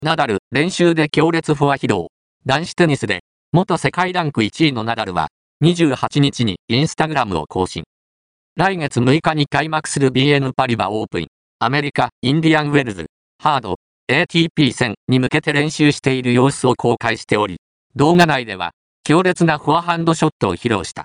ナダル、練習で強烈フォア披露。男子テニスで、元世界ランク1位のナダルは、28日にインスタグラムを更新。来月6日に開幕する BN パリバオープン、アメリカ、インディアンウェルズ、ハード、ATP 戦に向けて練習している様子を公開しており、動画内では、強烈なフォアハンドショットを披露した。